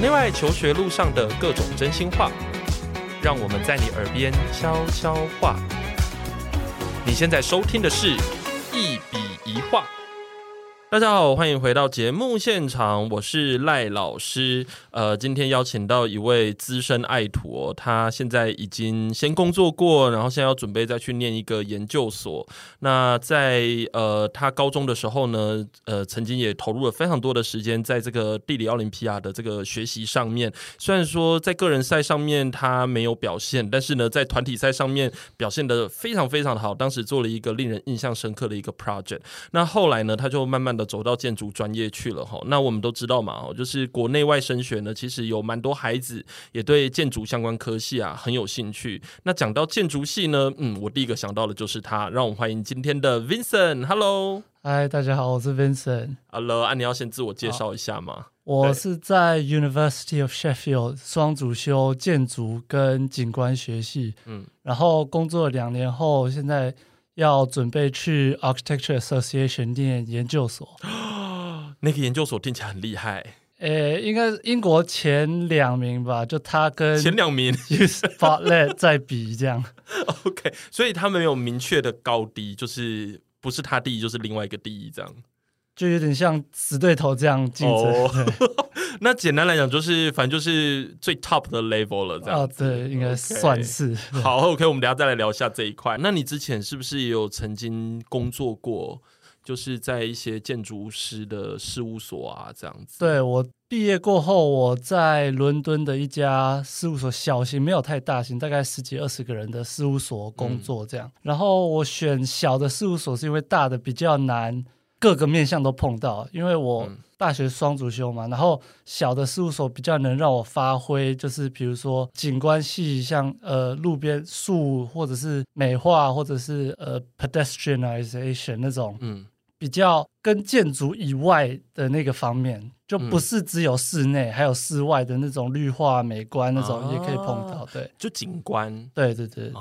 国内外求学路上的各种真心话，让我们在你耳边悄悄话。你现在收听的是一笔一画。大家好，欢迎回到节目现场，我是赖老师。今天邀请到一位资深爱徒哦，他现在已经先工作过，然后现在要准备再去念一个研究所。那在他高中的时候呢，曾经也投入了非常多的时间在这个地理奥林匹亚的这个学习上面。虽然说在个人赛上面他没有表现，但是呢，在团体赛上面表现得非常非常的好。当时做了一个令人印象深刻的一个 project。那后来呢，他就慢慢的走到建筑专业去了。那我们都知道嘛，就是国内外升学呢，其实有蛮多孩子也对建筑相关科系啊很有兴趣。那讲到建筑系呢，我第一个想到的就是他。让我们欢迎今天的 Vincent。Hello， 嗨，大家好，我是 Vincent。 Hello， 你要先自我介绍一下吗？ 我是在 University of Sheffield 双主修建筑跟景观学系，然后工作了2年后，现在要准备去 Architecture Association 念研究所。 那个研究所听起来很厉害。 应该是英国前2名吧，就他跟前2名 Bartlett 在比这样。 OK， 所以他们没有明确的高低，就是不是他第一就是另外一个第一这样， 就有点像死对头这样竞争。 那简单来讲就是反正就是最 top 的 level 了这样子。 对，应该算是。 好 OK， 我们等一下再来聊一下这一块。那你之前是不是也有曾经工作过，就是在一些建筑师的事务所啊这样子？ 对，我毕业过后，我在伦敦的一家事务所，小型没有太大型，大概10几20个人的事务所工作这样。然后我选小的事务所是因为大的比较难各个面向都碰到，因为我大学双主修嘛，然后小的事务所比较能让我发挥，就是比如说景观系，像路边树或者是美化，或者是pedestrianization 那种，比较跟建筑以外的那个方面，就不是只有室内，还有室外的那种绿化美观那种也可以碰到。对， 就景观。 对。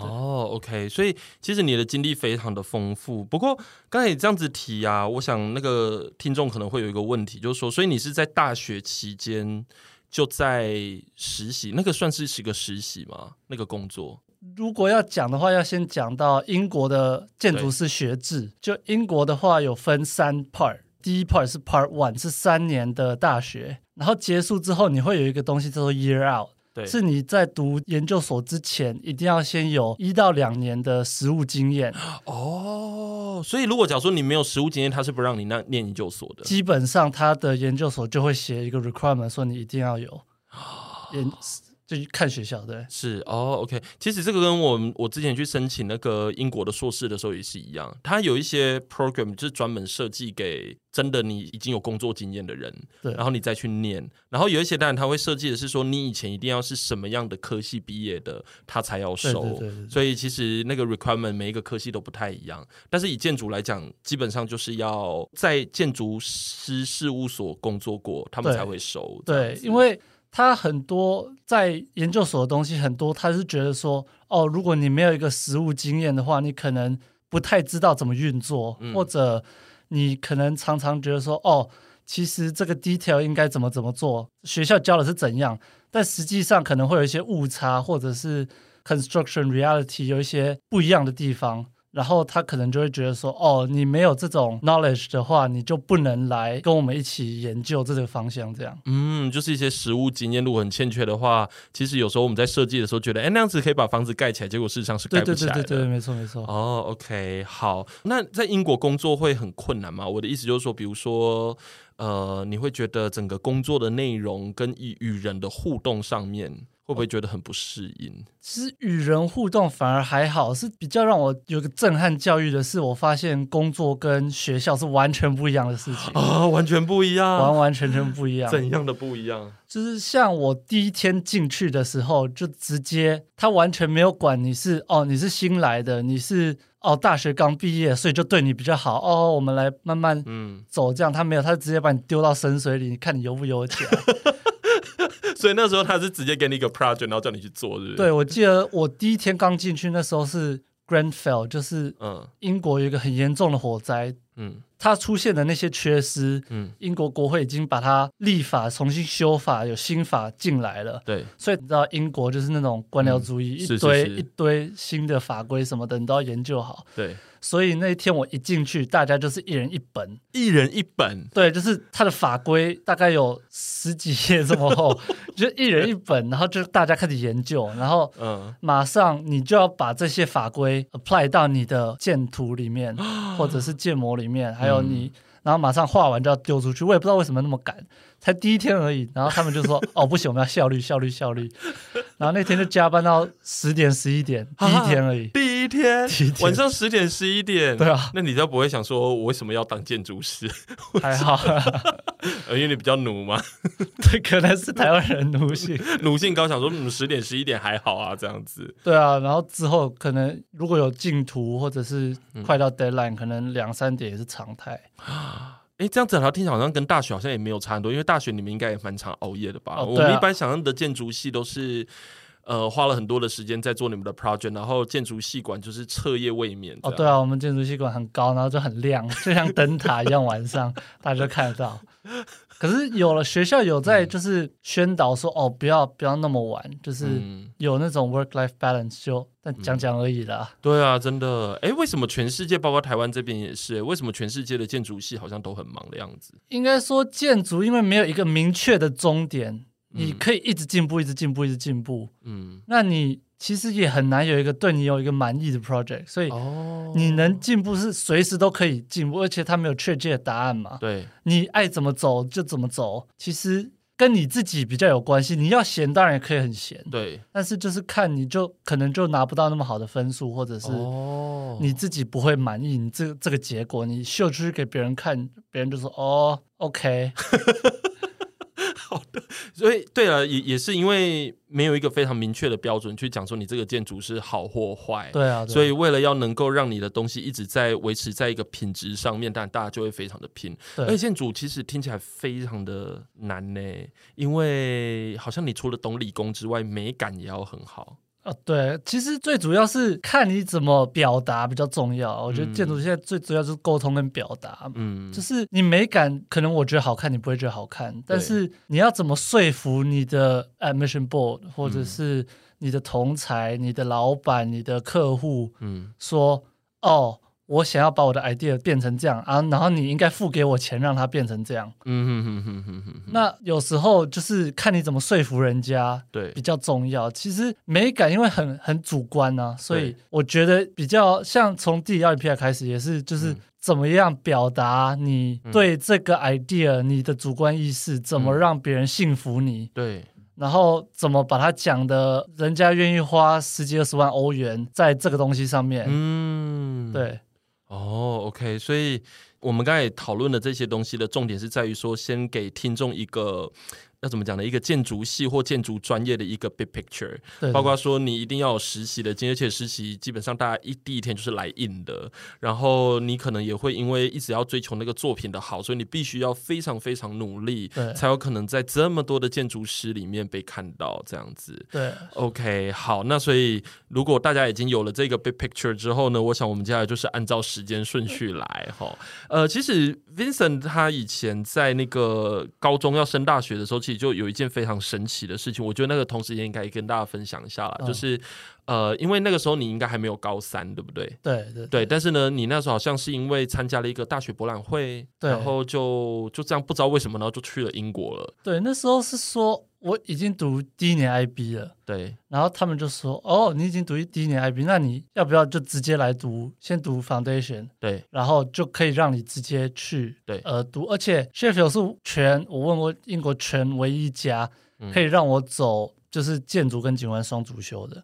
OK， 所以其实你的经历非常的丰富。不过刚才你这样子提啊，我想那个听众可能会有一个问题，就是说，所以你是在大学期间就在实习，那个算是个实习吗？那个工作？ 如果要讲的话，要先讲到英国的建筑师学制。就英国的话有分3 part， 第一 part 是 part 1， 是3年的大学，然后结束之后你会有一个东西叫做 year out， 是你在读研究所之前一定要先有1到2年的实务经验。 所以如果假如说你没有实务经验，他是不让你念研究所的。 基本上他的研究所就会写一个 requirement 说你一定要有就看学校。对， 是OK。其实这个跟我之前去申请那个英国的硕士的时候也是一样，它有一些 program 就是专门设计给真的你已经有工作经验的人，然后你再去念。然后有一些当然他会设计的是说你以前一定要是什么样的科系毕业的，他才要收。对。所以其实那个 requirement 每一个科系都不太一样。但是以建筑来讲，基本上就是要在建筑师事务所工作过，他们才会收。 对，因为他很多在研究所的东西很多，他是觉得说如果你没有一个实务经验的话，你可能不太知道怎么运作，或者你可能常常觉得说其实这个 detail 应该怎么做，学校教的是怎样，但实际上可能会有一些误差，或者是 construction reality 有一些不一样的地方。然后他可能就会觉得说你没有这种 knowledge 的话，你就不能来跟我们一起研究这个方向这样。 就是一些实务经验如果很欠缺的话，其实有时候我们在设计的时候觉得那样子可以把房子盖起来，结果事实上是盖不起来的。 对，没错。 OK， 好。那在英国工作会很困难吗？我的意思就是说，比如说你会觉得整个工作的内容跟与人的互动上面会不会觉得很不适应？ 其实与人互动反而还好，是比较让我有个震撼教育的是，我发现工作跟学校是完全不一样的事情完全不一样， 完全不一样。 怎样的不一样？ 就是像我第一天进去的时候，就直接他完全没有管你是你是新来的，你是大学刚毕业，所以就对你比较好我们来慢慢走这样。他没有，他直接把你丢到深水里，你看你游不游起来。 所以那时候他是直接给你一个 project， 然后叫你去做，是不是？ 对，我记得我第一天刚进去那时候是 Grenfell， 就是英国有一个很严重的火灾， 它出现的那些缺失，英国国会已经把它立法重新修法，有新法进来了。 对， 所以你知道英国就是那种官僚主义，一堆新的法规什么的，你都要研究好。 对。 所以那一天我一进去，大家就是一人一本，对，就是它的法规大概有10几页这么厚，就一人一本，然后就大家开始研究，然后马上你就要把这些法规 apply 到你的建图里面，或者是建模里面，还有你。然后马上画完就要丢出去，我也不知道为什么那么赶，才第一天而已。然后他们就说：“哦，不行，我们要效率。”然后那天就加班到10点、11点，第一天而已。 第一天晚上10点、11点， 对啊。 那你就不会想说，我为什么要当建筑师？ 还好因为你比较奴嘛。 对，可能是台湾人奴性高，想说10点、11点还好啊，这样子。 对啊，然后之后可能如果有进图或者是快到 deadline，可能2、3点也是常态。 这样子听起来好像跟大学好像也没有差很多，因为大学你们应该也蛮常熬夜的吧？ 我们一般想象的建筑系都是花了很多的时间在做你们的 project， 然后建筑系馆就是彻夜未眠。 对啊，我们建筑系馆很高，然后就很亮，就像灯塔一样，晚上大家就看得到。可是学校有在就是宣导说不要那么晚，就是有那种 work-life balance， 但讲而已啦。 对啊，真的。为什么全世界包括台湾这边也是？为什么全世界的建筑系好像都很忙的样子？ 应该说建筑因为没有一个明确的终点，你可以一直进步，一直进步，一直进步。那你其实也很难对你有一个满意的 project， 所以你能进步是随时都可以进步，而且它没有确切的答案嘛。 对， 你爱怎么走就怎么走，其实跟你自己比较有关系。你要闲当然也可以很闲， 对， 但是就是看你就可能就拿不到那么好的分数，或者是你自己不会满意你这个结果，你秀出去给别人看，别人就说OK。 好的，所以对了，也是因为没有一个非常明确的标准去讲说你这个建筑是好或坏。 对啊， 所以为了要能够让你的东西一直在维持在一个品质上面，但大家就会非常的拼。而且建筑其实听起来非常的难呢，因为好像你除了懂理工之外，美感也要很好。 对，其实最主要是看你怎么表达比较重要。我觉得建筑现在最主要就是沟通跟表达。就是你美感可能我觉得好看，你不会觉得好看，但是你要怎么说服你的 admission board 或者是你的同侪、你的老板、你的客户，说我想要把我的 idea 变成这样啊，然后你应该付给我钱让它变成这样。那有时候就是看你怎么说服人家，对，比较重要。其实美感因为很主观啊，所以我觉得比较像从地理奥林匹亚开始，也是就是怎么样表达你对这个 idea 你的主观意识，怎么让别人信服你，对。然后怎么把它讲的，人家愿意花10几20万欧元在这个东西上面，对。 OK， 所以我们刚才讨论的这些东西的重点是在于说，先给听众一个要怎么讲呢？一个建筑系或建筑专业的一个 big picture， 包括说你一定要有实习的经验，而且实习基本上大家第一天就是来硬的，然后你可能也会因为一直要追求那个作品的好，所以你必须要非常非常努力，才有可能在这么多的建筑师里面被看到这样子。 对 ，OK， 好，那所以如果大家已经有了这个 big picture 之后呢，我想我们接下来就是按照时间顺序来哈。其实 Vincent 他以前在那个高中要升大学的时候，其实就有一件非常神奇的事情，我觉得那个同时也应该跟大家分享一下啦，就是因为那个时候你应该还没有高3，对不对？对，但是呢，你那时候好像是因为参加了一个大学博览会，然后就这样不知道为什么，然后就去了英国了。 对，那时候是说我已经读第1年 IB 了， 对， 然后他们就说你已经读第1年 IB， 那你要不要就直接来先读 foundation， 对，然后就可以让你直接去读，而且 Sheffield 是我问过英国全唯一一家可以让我走就是建筑跟景观双主修的。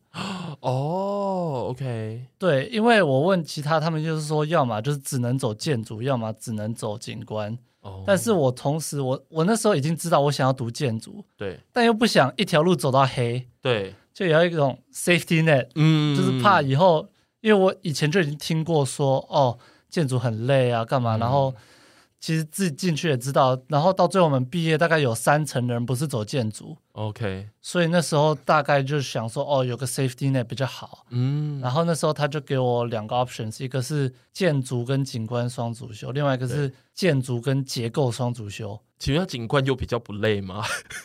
OK， 对，因为我问其他，他们就是说要么就是只能走建筑，要么只能走景观。但是我同时我那时候已经知道我想要读建筑，对，但又不想一条路走到黑，对，就有一种 safety net， 就是怕以后，因为我以前就已经听过说建筑很累啊，干嘛，然后其实自己进去也知道，然后到最后我们毕业大概有30%的人不是走建筑 OK， 所以那时候大概就想说哦有个 safety net 比较好，然后那时候他就给我2个 options， 一个是建筑跟景观双主修，另外一个是建筑跟结构双主修。 请问景观又比较不累吗？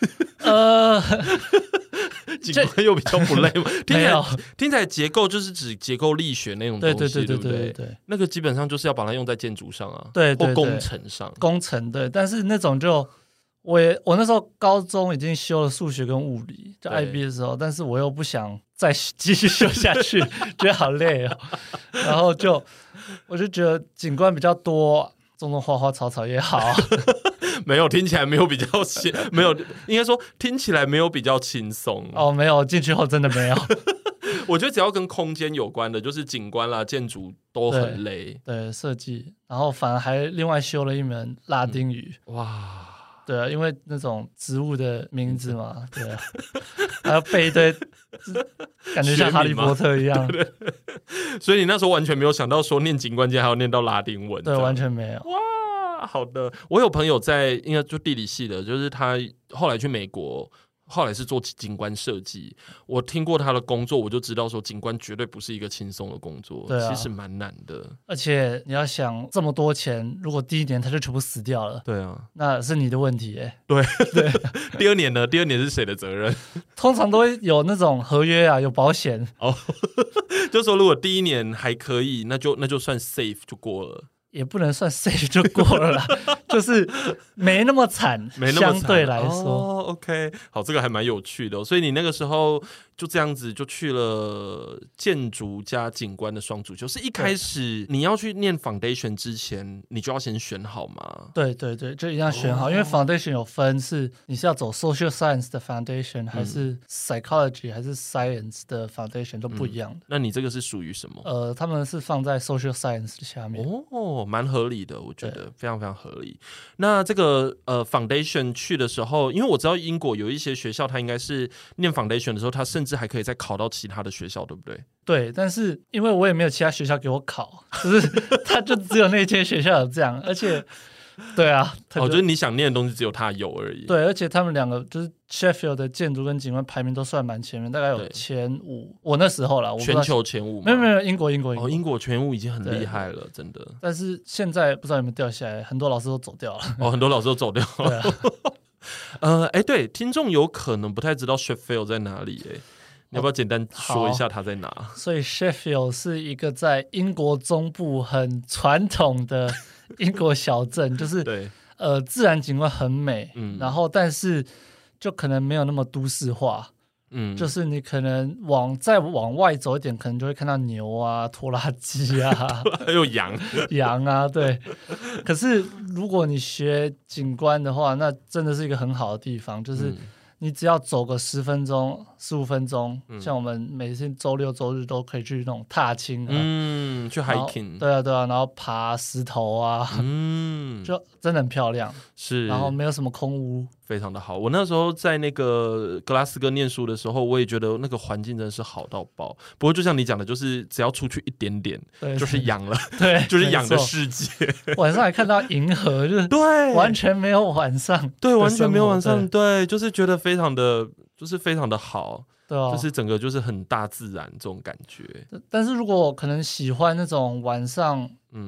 景观又比较不累吗？听起来结构就是指结构力学那种东西，对不对？那个基本上就是要把它用在建筑上啊， 对， 或工程上。 工程对，但是那种就我那时候高中已经修了数学跟物理，就 IB 的时候，但是我又不想再继续修下去，觉得好累哦。然后我就觉得景观比较多，种种花花草草也好啊。 没有，听起来没有比较没有，应该说听起来没有比较轻松哦。没有，进去后真的没有。 我觉得只要跟空间有关的，就是景观啦、建筑都很累。 对，设计，然后反而还另外修了一门拉丁语。 哇， 对啊，因为那种植物的名字嘛，对啊，还要背一堆，感觉像哈利波特一样。 对，所以你那时候完全没有想到说念景观竟然还要念到拉丁文。 对，完全没有。 哇，好的，我有朋友在应该就地理系的，就是他后来去美国。后来是做景观设计，我听过他的工作，我就知道说景观绝对不是一个轻松的工作，其实蛮难的。 而且你要想这么多钱，如果第一年他就全部死掉了， 对啊， 那是你的问题耶。 对，第二年呢？第二年是谁的责任？ 通常都会有那种合约啊，有保险哦，就说如果第一年还可以，那就算 safe 就过了。 也不能算 safe 就过了啦，就是没那么惨，相对来说。 哦 ，OK， 好，这个还蛮有趣的所以你那个时候就这样子就去了建筑加景观的双主修，是一开始你要去念 foundation 之前，你就要先选好吗？ 对，就一定要选好，因为 foundation 有分是你是要走 social science 的 foundation，还是 psychology 还是 science 的 foundation 都不一样的。 那你这个是属于什么？ 他们是放在 social science 下面。 哦，蛮合理的，我觉得非常非常合理。那这个foundation 去的时候，因为我知道英国有一些学校，它应该是念 foundation 的时候，它甚至还可以再考到其他的学校，对不对？ 对，但是因为我也没有其他学校给我考，就是它就只有那间学校有这样，而且对啊， 就是你想念的东西只有它有而已。 对，而且他们两个就是 Sheffield 的建筑跟景观排名都算蛮前面，大概有前5。我那时候啦， 全球前5 吗？没有，英国英国前5已经很厉害了，真的。 但是现在不知道有没有掉下来，很多老师都走掉了。 很多老师都走掉了。对啊，对，听众有可能不太知道 Sheffield 在哪里你要不要简单说一下它在哪？ 所以 Sheffield 是一个在英国中部很传统的英国小镇，就是对自然景观很美，然后但是就可能没有那么都市化，就是你可能再往外走一点，可能就会看到牛啊、拖拉机啊， 还有羊啊，对。可是如果你学景观的话，那真的是一个很好的地方，就是你只要走个10分钟、15分钟，像我们每次周6周日都可以去那种踏青啊， 去 hiking， 对啊，然后爬石头啊，就真的很漂亮， 是， 然后没有什么空屋， 非常的好。我那时候在那个格拉斯哥念书的时候，我也觉得那个环境真的是好到爆。不过就像你讲的，就是只要出去一点点，就是阳了， 对， 就是阳的世界。 晚上还看到银河，就是对， 完全没有晚上， 对，完全没有晚上，对，就是觉得非常的好。 对啊， 就是整个就是很大自然这种感觉。 但是如果可能喜欢那种晚上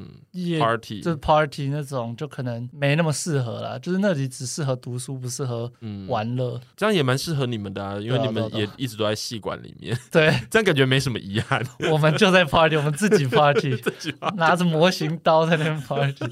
party 就是 party 那种，就可能没那么适合啦，就是那里只适合读书，不适合玩乐。 这样也蛮适合你们的因为你们也一直都在系馆里面。 对， 这样感觉没什么遗憾。 我们就在 party， 我们自己 party， 拿着模型刀在那边 party。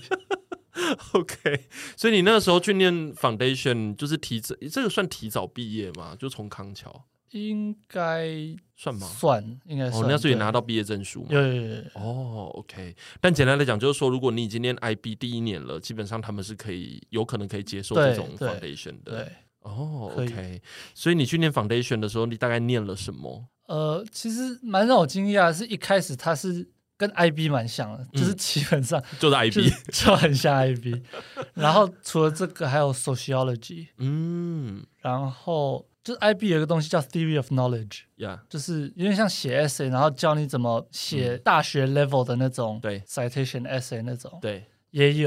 OK， 所以你那个时候去念 foundation， 就是这个算提早毕业吗？就从康桥。 应该算吗？ 算，应该算。 那时候也拿到毕业证书吗？ 有。 OK。但简单来讲，就是说，如果你已经念 IB 第1年了，基本上他们是有可能可以接受这种 foundation 的。 对。 OK。所以你去念 foundation 的时候，你大概念了什么？ 其实蛮让我惊讶的是，一开始它是跟 IB 蛮像的，就是基本上就是 IB， 就很像 IB。然后除了这个，还有 sociology，然后。就是 IB 有一个东西叫 theory of knowledge， 就是有点像写 essay， 然后教你怎么写大学 level 的那种 citation essay 那种， 对， 也有。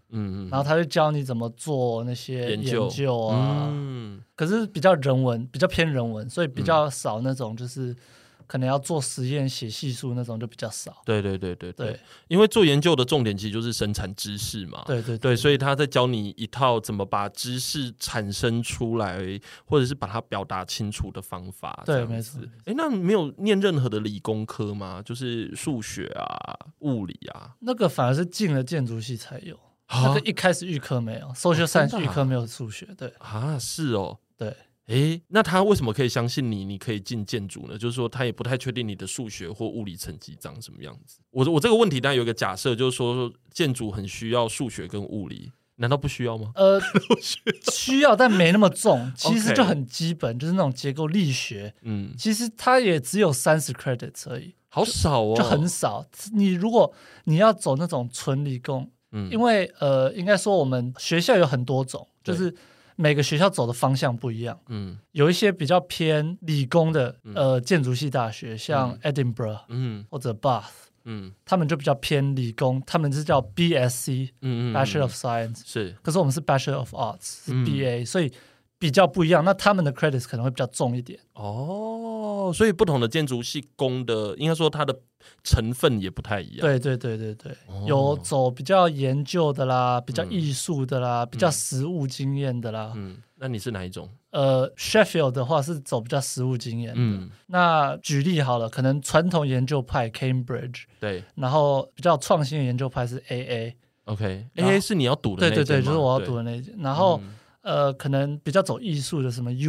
然后他就教你怎么做那些研究啊，可是比较人文，比较偏人文，所以比较少那种就是可能要做实验、写系数那种就比较少。 对，因为做研究的重点其实就是生产知识嘛。对，所以他在教你一套怎么把知识产生出来，或者是把它表达清楚的方法。 对，没错。 那你没有念任何的理工科吗？就是数学啊、物理啊？ 那个反而是进了建筑系才有。那个一开始预科没有 ，social science 预科没有数学。对啊，是哦， 对。 那他为什么可以相信你可以进建筑呢？就是说他也不太确定你的数学或物理成绩长什么样子。我这个问题当然有一个假设，就是说建筑很需要数学跟物理，难道不需要吗？ 需要，但没那么重。其实就很基本，就是那种结构力学。其实它也只有30 credits 而已， 好少哦， 就很少。如果你要走那种纯理工，因为应该说我们学校有很多种，就是每个学校走的方向不一样。有一些比较偏理工的建筑系大学，像 Edinburgh 或者 Bath，他们就比较偏理工，他们是叫 BSc，Bachelor of Science， 是。 可是我们是 Bachelor of Arts， 是 BA，所以比较不一样。那他们的 credits 可能会比较重一点。 所以不同的建筑系工的，应该说它的成分也不太一样。 对，有走比较研究的啦，比较艺术的啦，比较实务经验的啦。 那你是哪一种 ？Sheffield 的话是走比较实务经验的。那举例好了，可能传统研究派 Cambridge， 对， 然后比较创新的研究派是 AA。OK，AA 是你要读的那一间吗？ 对，就是我要读的那一间。然后可能比较走艺术的，什么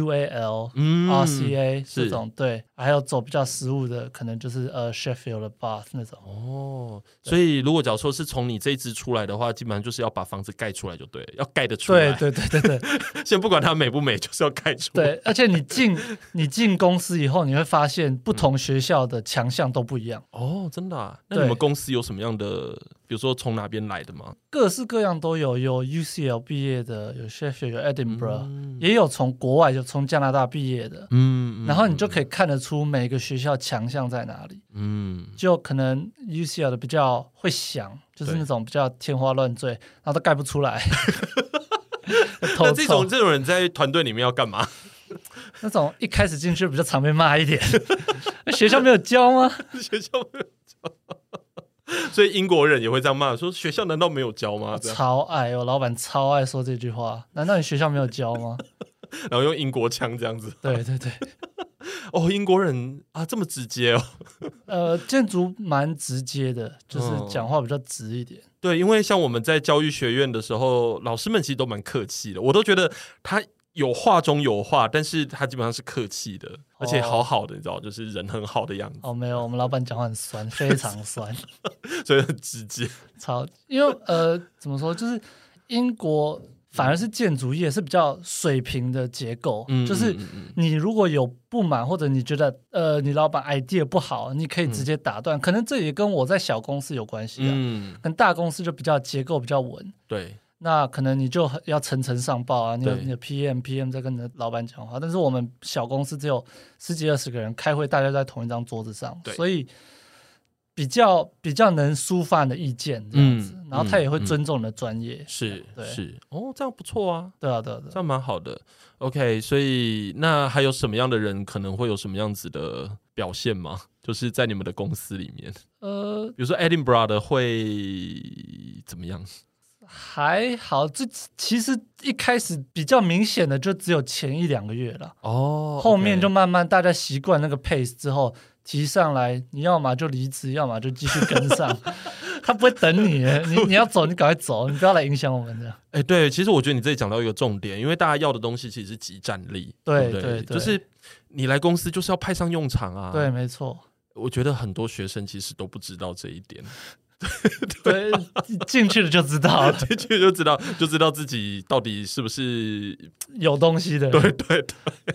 UAL、RCA 这种，对，还有走比较实务的，可能就是Sheffield 的 Bath 那种。 所以如果假如说是从你这一支出来的话，基本上就是要把房子盖出来就对了，要盖得出来。 对。 先不管它美不美，就是要盖出来。 对，而且你进公司以后，你会发现不同学校的强项都不一样。 真的啊？那你们公司有什么样的，比如说从哪边来的吗？ 各式各样都有，有 UCL 毕业的，有 Sheffield， 有 Edinburgh，也有从国外，就从加拿大毕业的。然后你就可以看得出每个学校强项在哪里。就可能 UCL 的比较会想，就是那种比较天花乱坠，然后都盖不出来。 那这种人在团队里面要干嘛？ 那种一开始进去比较常被骂一点。学校没有教吗？ 学校没有教。所以英国人也会这样骂，说学校难道没有教吗？ 超爱，我老板超爱说这句话，难道你学校没有教吗？ 然后用英国腔这样子。 对。 英国人啊，这么直接哦。 建筑蛮直接的，就是讲话比较直一点。 对，因为像我们在教育学院的时候，老师们其实都蛮客气的，我都觉得他有话中有话，但是他基本上是客气的，而且好好的，你知道，就是人很好的样子。 没有，我们老板讲话很酸，非常酸。 所以很直接。 因为怎么说，就是英国反而是建筑业是比较水平的结构，就是你如果有不满，或者你觉得你老板 idea 不好，你可以直接打断。可能这也跟我在小公司有关系啊，跟大公司就比较结构比较稳。 对， 那可能你就要层层上报啊，你有你的 PM 在跟你的老板讲话。但是我们小公司只有10几20个人开会，大家在同一张桌子上，所以比较能抒发你的意见这样子，然后他也会尊重你的专业。 是，这样不错啊。 对， 这样蛮好的。OK， 所以那还有什么样的人可能会有什么样子的表现吗？就是在你们的公司里面，比如说 Edinburgh 的会怎么样？ 还好，这其实一开始比较明显的就只有前1-2个月了。后面就慢慢大家习惯那个 pace 之后，提上来，你要么就离职，要么就继续跟上。他不会等你，你要走，你赶快走，你不要来影响我们这样。 对，其实我觉得你这里讲到一个重点，因为大家要的东西其实是即战力，对，就是你来公司就是要派上用场啊。 对，没错。 我觉得很多学生其实都不知道这一点。 对，进去了就知道了， 进去就知道自己到底是不是有东西的。 对，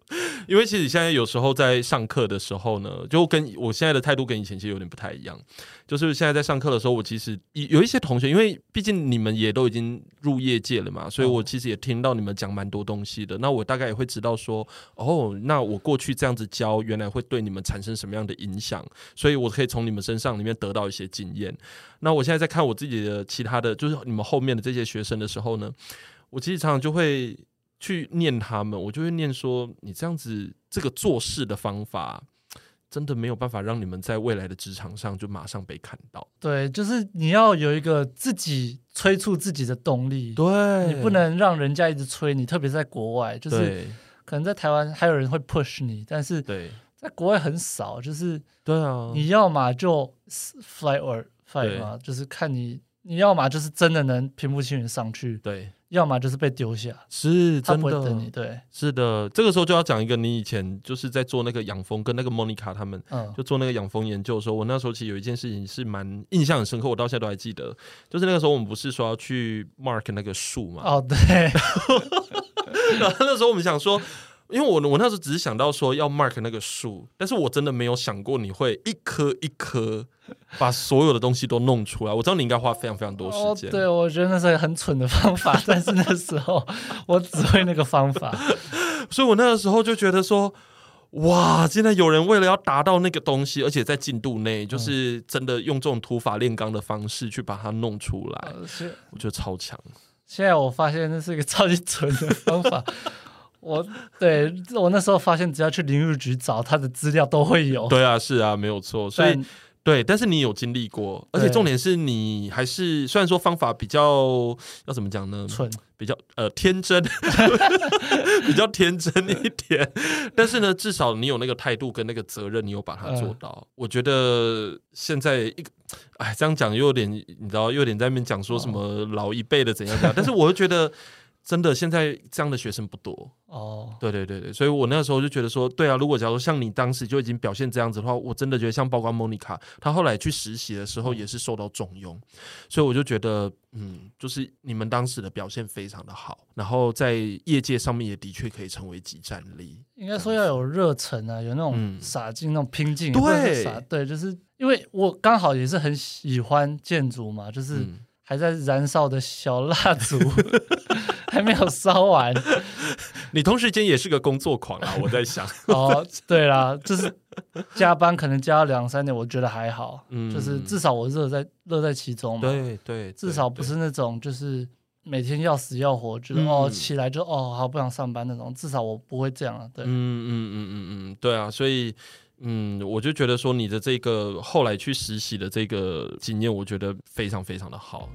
因为其实现在有时候在上课的时候呢，就跟我现在的态度跟以前其实有点不太一样。就是现在在上课的时候，我其实有一些同学，因为毕竟你们也都已经入业界了嘛，所以我其实也听到你们讲蛮多东西的。那我大概也会知道说，哦，那我过去这样子教，原来会对你们产生什么样的影响，所以我可以从你们身上里面得到一些经验。那我现在在看我自己的其他的，就是你们后面的这些学生的时候呢，我其实常常就会去念他们，我就会念说，你这样子这个做事的方法真的没有办法让你们在未来的职场上就马上被看到。 对，就是你要有一个自己催促自己的动力， 对， 你不能让人家一直催你，特别是在国外，就是可能在台湾还有人会 push 你，但是在国外很少，就是对啊， 你要嘛就 fly or fight 嘛，就是看你要嘛就是真的能平步青云上去， 对， 要么就是被丢下， 是真的，他不会等你。对， 是的，这个时候就要讲一个，你以前就是在做那个养蜂，跟那个 Monica 他们，就做那个养蜂研究的时候，我那时候其实有一件事情是蛮印象很深刻，我到现在都还记得，就是那个时候我们不是说要去 mark 那个树嘛？ 哦，对。 然后那时候我们想说。因为我那时候只是想到说要 mark 那个树，但是我真的没有想过你会一颗一颗把所有的东西都弄出来。我知道你应该花非常非常多时间。 对，我觉得那是很蠢的方法，但是那时候我只会那个方法， 所以我那个时候就觉得说，哇，现在有人为了要达到那个东西，而且在进度内，就是真的用这种土法炼钢的方式去把它弄出来，我觉得超强。 现在我发现那是一个超级蠢的方法。我那时候发现，只要去林务局找他的资料都会有。对啊，是啊，没有错。所以对，但是你有经历过，而且重点是你还是虽然说方法比较要怎么讲呢？ 蠢， 比较天真，比较天真一点。但是呢，至少你有那个态度跟那个责任，你有把它做到。我觉得现在这样讲又有点，你知道，又有点在那边讲说什么老一辈的怎样。但是我会觉得。真的，现在这样的学生不多哦。对，所以我那个时候就觉得说，对啊，如果假如像你当时就已经表现这样子的话，我真的觉得像包括 Monica， 她后来去实习的时候也是受到重用，所以我就觉得，就是你们当时的表现非常的好，然后在业界上面也的确可以成为即战力。 应该说要有热忱啊，有那种洒劲、那种拼劲。 对， 就是因为我刚好也是很喜欢建筑嘛，就是还在燃烧的小蜡烛。还没有烧完， 你同时间也是个工作狂啊！我在想， 对啦，就是加班可能加到2-3点，我觉得还好，就是至少我乐在其中嘛。 对， 至少不是那种就是每天要死要活，觉得起来就好不想上班那种，至少我不会这样啊。对， 对啊，所以。我就觉得说你的这个后来去实习的这个经验，我觉得非常非常的好。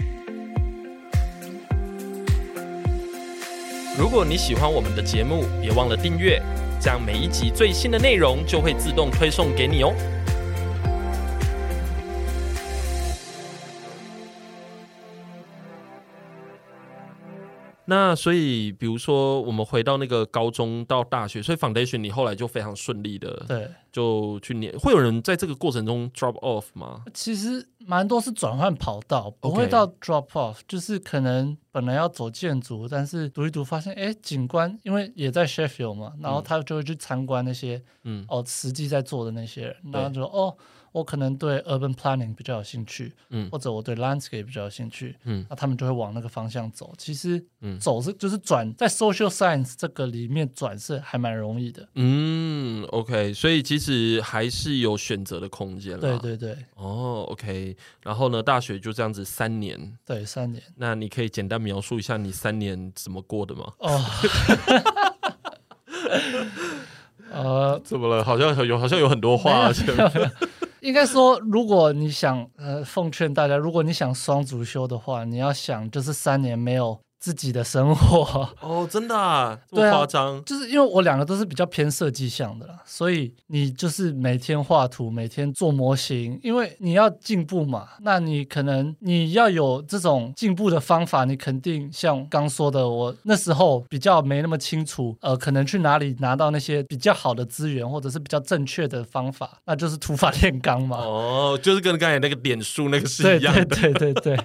如果你喜欢我们的节目，别忘了订阅，这样每一集最新的内容就会自动推送给你哦。那所以比如说我们回到那个高中到大学，所以 foundation 你后来就非常顺利的就去念。会有人在这个过程中 drop off 吗？ 其实蛮多是转换跑道，不会到 drop off， 就是可能本来要走建筑，但是读一读发现景观因为也在 Sheffield 嘛，然后他就会去参观那些实际在做的那些人，然后就说我可能对 urban planning 比较有兴趣，或者我对 landscape 比较有兴趣，那他们就会往那个方向走。其实走就是转在 social science 这个里面转是还蛮容易的。 OK， 所以其实还是有选择的空间啦。 对。 OK， 然后呢，大学就这样子3年。对 ，3年。 那你可以简单描述一下你3年怎么过的吗？怎么了？好像有很多话。 应该说，如果你想奉劝大家，如果你想双主修的话，你要想就是3年没有自己的生活。 真的啊？这么夸张？ 就是因为我2个都是比较偏设计向的啦，所以你就是每天画图，每天做模型，因为你要进步嘛，那你可能你要有这种进步的方法，你肯定像刚说的，我那时候比较没那么清楚，可能去哪里拿到那些比较好的资源，或者是比较正确的方法，那就是土法炼钢嘛。 就是跟刚才那个点数那个是一样的。 对。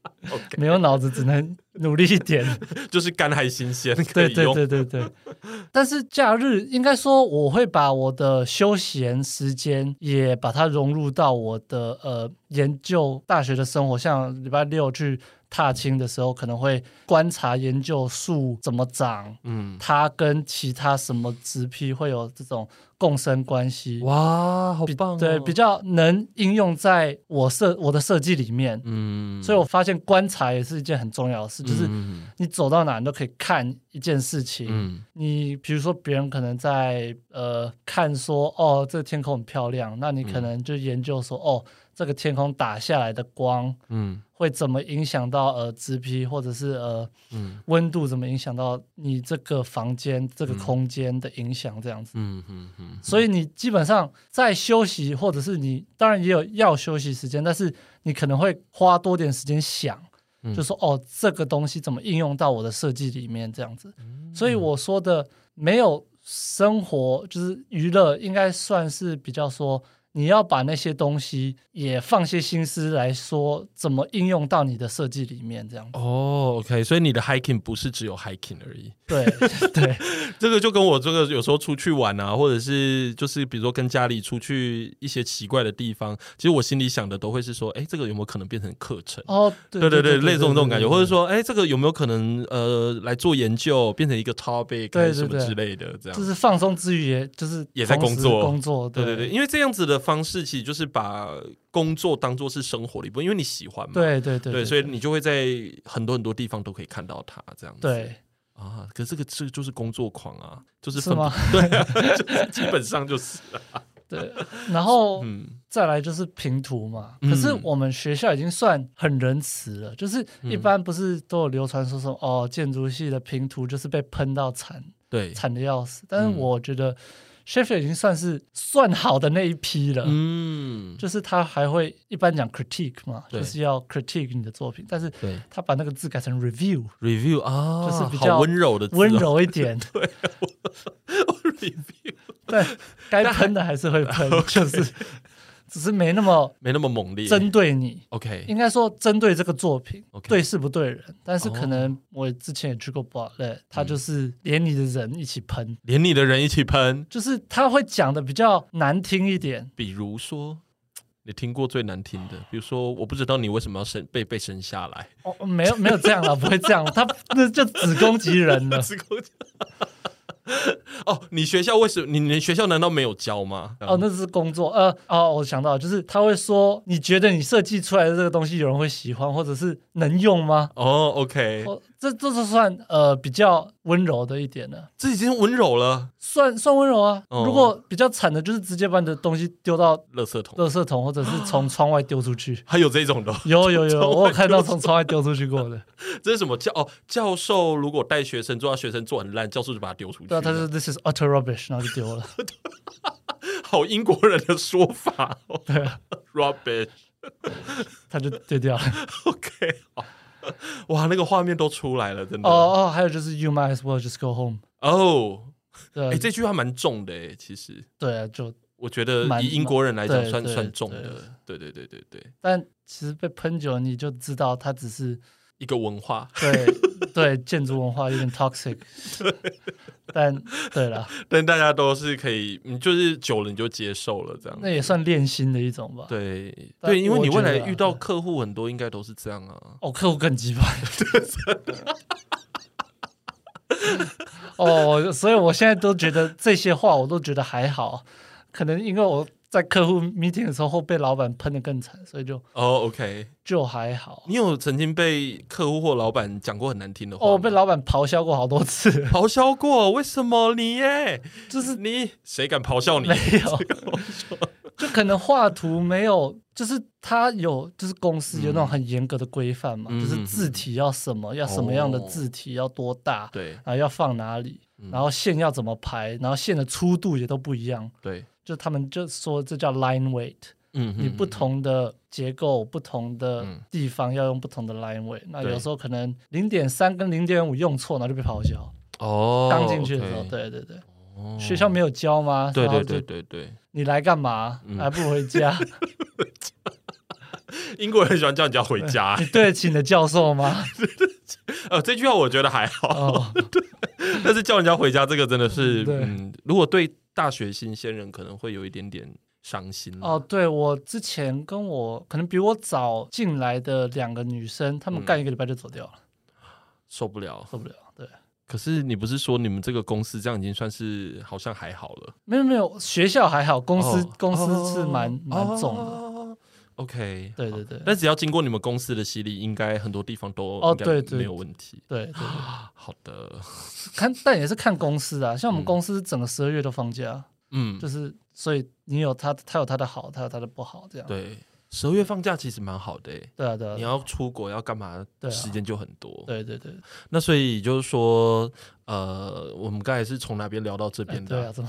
OK 没有脑子只能努力一点。 就是肝还新鲜，可对对以用。 对对对。但是假日应该说，我会把我的休闲时间也把它融入到我的研究大学的生活，像礼拜六去踏青的时候，可能会观察研究树怎么长，它跟其他什么植批会有这种共生关系。 哇，好棒哦！ 对，比较能应用在我的设计里面。所以我发现观察也是一件很重要的事，就是你走到哪你都可以看一件事情。你比如说别人可能在看说哦这个天空很漂亮，那你可能就研究说哦这个天空打下来的光，会怎么影响到植皮，或者是温度怎么影响到你这个房间这个空间的影响这样子。所以你基本上在休息，或者是你当然也有要休息时间，但是你可能会花多点时间想，就说哦这个东西怎么应用到我的设计里面这样子。所以我说的没有生活就是娱乐，应该算是比较说你要把那些东西也放些心思来说怎么应用到你的设计里面这样子。 OK， 所以你的 hiking 不是只有 hiking 而已。 对对， 这个就跟我这个有时候出去玩啊，或者是就是比如说跟家里出去一些奇怪的地方，其实我心里想的都会是说，这个有没有可能变成课程？对，类似这种感觉，或者说，这个有没有可能来做研究，变成一个 topic 还是什么之类的，这样就是放松之余，就是也在工作。 对，因为这样子的方式其实就是把工作当作是生活的一部分，因为你喜欢嘛。对，所以你就会在很多很多地方都可以看到它这样子。 对。 可是这个就是工作狂啊，就是是吗？ 对啊，就是基本上就是对，然后再来就是评图嘛。可是我们学校已经算很仁慈了，就是一般不是都有流传说哦，建筑系的评图就是被喷到惨的要死。但是我觉得Sheffield 已经算好的那一批了。就是他还会一般讲 critique 嘛，就是要 critique 你的作品，但是他把那个字改成 review 啊， 就是比较温柔的字， 温柔一点。 对，review 对，该喷的还是会喷，就是只是没那么猛烈， 针对你。 OK， 应该说针对这个作品，对事不对人。但是可能我之前也去过 Bartlett， 他就是连你的人一起喷，就是他会讲的比较难听一点。 比如说，你听过最难听的？比如说，我不知道你为什么要被生下来。 没有这样啦，不会这样，他那就只攻击人了。 只攻击。你学校为什么？你学校难道没有教吗？ 那是工作。我想到就是他会说，你觉得你设计出来的这个东西有人会喜欢，或者是能用吗 ？OK， 这是算比较温柔的一点了。 这已经温柔了， 算温柔啊。如果比较惨的，就是直接把你的东西丢到垃圾桶， 或者是从窗外丢出去。 还有这种的？ 有，我有看到从窗外丢出去过的。 这是什么教授如果带学生做，学生做很烂，教授就把他丢出去。 对啊，他说 This is utter rubbish， 然后就丢了。 好英国人的说法。 对啊 ，rubbish， 他就丢掉了。 OK， 好。哇，那个画面都出来了，真的。 还有就是 You might as well just go home。 对，这句话蛮重的其实。 对啊，就我觉得以英国人来讲算重的。对。 但其实被喷久了，你就知道它只是一个文化。 对，建筑文化有点 toxic。但对啦， 但大家都是可以，你就是久了你就接受了这样。 那也算练心的一种吧。 对，因为你未来遇到客户很多应该都是这样啊。 客户更鸡掰。所以我现在都觉得这些话我都觉得还好，可能因为我在客户 meeting 的时候被老板喷得更惨，所以就 OK 就还好。 你有曾经被客户或老板讲过很难听的话吗？ 被老板咆哮过好多次。 咆哮过？为什么你耶？ 就是你谁敢咆哮你？ 没有，就可能画图没有，就是他有，就是公司有那种很严格的规范嘛，就是字体要什么，要什么样的字体，要多大， 对， 然后要放哪里，然后线要怎么排，然后线的粗度也都不一样， 对。 就他们就说这叫 line weight，你不同的结构、不同的地方要用不同的 line weight，那有时候可能 0.3 跟 0.5 用错，然后就被咆哮。刚进去的时候，对，学校没有教吗？ 对， 你来干嘛？还不回家？ 英国人很喜欢叫人家回家。 你对得起你的教授吗？ 这句话我觉得还好，但是叫人家回家这个真的是，如果对大学新鲜人可能会有一点点伤心。 对，我之前跟我可能比我早进来的2个女生，她们干1个礼拜就走掉了， 受不了。 对。 可是你不是说你们这个公司这样已经算是好像还好了？ 没有，学校还好，公司是蛮重的。 OK， 对， 但只要经过你们公司的洗礼，应该很多地方都没有问题。 对， 好的。 但也是看公司啊，像我们公司整个12月都放假，就是所以你有他有他的好，他有他的不好，这样。 对，12月放假其实蛮好的。 对啊， 你要出国要干嘛，时间就很多。 对。 那所以就是说，我们刚才是从哪边聊到这边的？ 对啊，怎么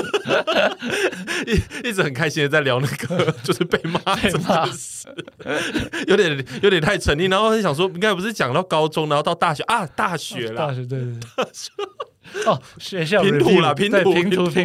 一直很开心的在聊那个，就是被骂这件事，有点太沉溺。然后想说，应该不是讲到高中，然后到大学啊，大学啦， 大学对。学校拼图啦，拼图，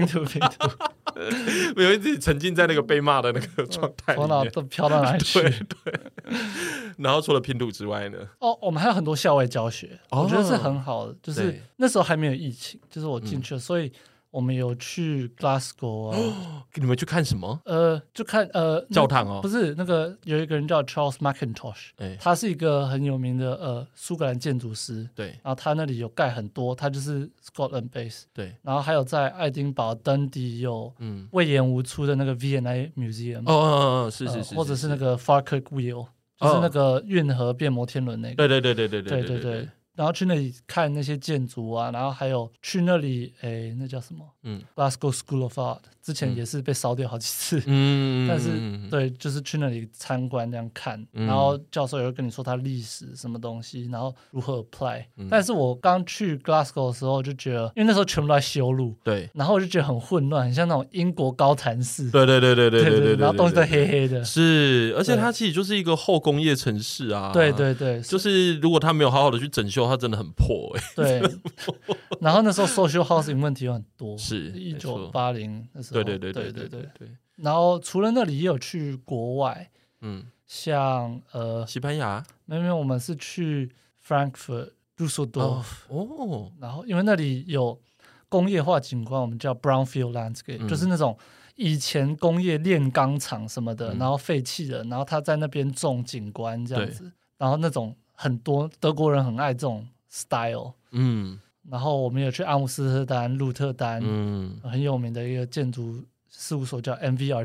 没有一直沉浸在那个被骂的那个状态里面， 头脑都飘到哪里去？ 对。然后除了拼图之外呢？ 我们还有很多校外教学，我觉得是很好的。就是那时候还没有疫情，就是我进去了，所以我们有去 Glasgow 啊。 你们去看什么？ 就看教堂哦， 不是那个有一个人叫 Charles Mackintosh，他是一个很有名的苏格兰建筑师。 对， 然后他那里有盖很多，他就是 Scotland base。对，然后还有在爱丁堡、登迪有魏延吴出的那个 V&A Museum。 是， 或者是那个 Falkirk Wheel，就是那个运河变摩天轮那个。对。然后去那里看那些建筑啊，然后还有去那里，那叫什么？Glasgow School of Art， 之前也是被烧掉好几次。但是对，就是去那里参观这样看，然后教授也会跟你说他历史什么东西，然后如何 apply。但是我刚去 Glasgow 的时候就觉得，因为那时候全部都在修路，对，然后我就觉得很混乱，很像那种英国高谭市。对，然后东西都黑黑的。是， 而且它其实就是一个后工业城市啊。 对， 就是如果他没有好好的去整修，它真的很破。对， 然后那时候 social housing 问题有很多， 是 1980那时候。 对。 然后除了那里也有去国外，像西班牙， 没有，我们是去 Frankfurt、杜塞尔多夫。然后因为那里有工业化景观，我们叫 brownfield landscape，就是那种以前工业炼钢厂什么的，然后废弃的，然后他在那边种景观这样子，然后那种很多德国人很爱这种 style。然后我们有去阿姆斯特丹、鹿特丹，很有名的一个建筑事务所叫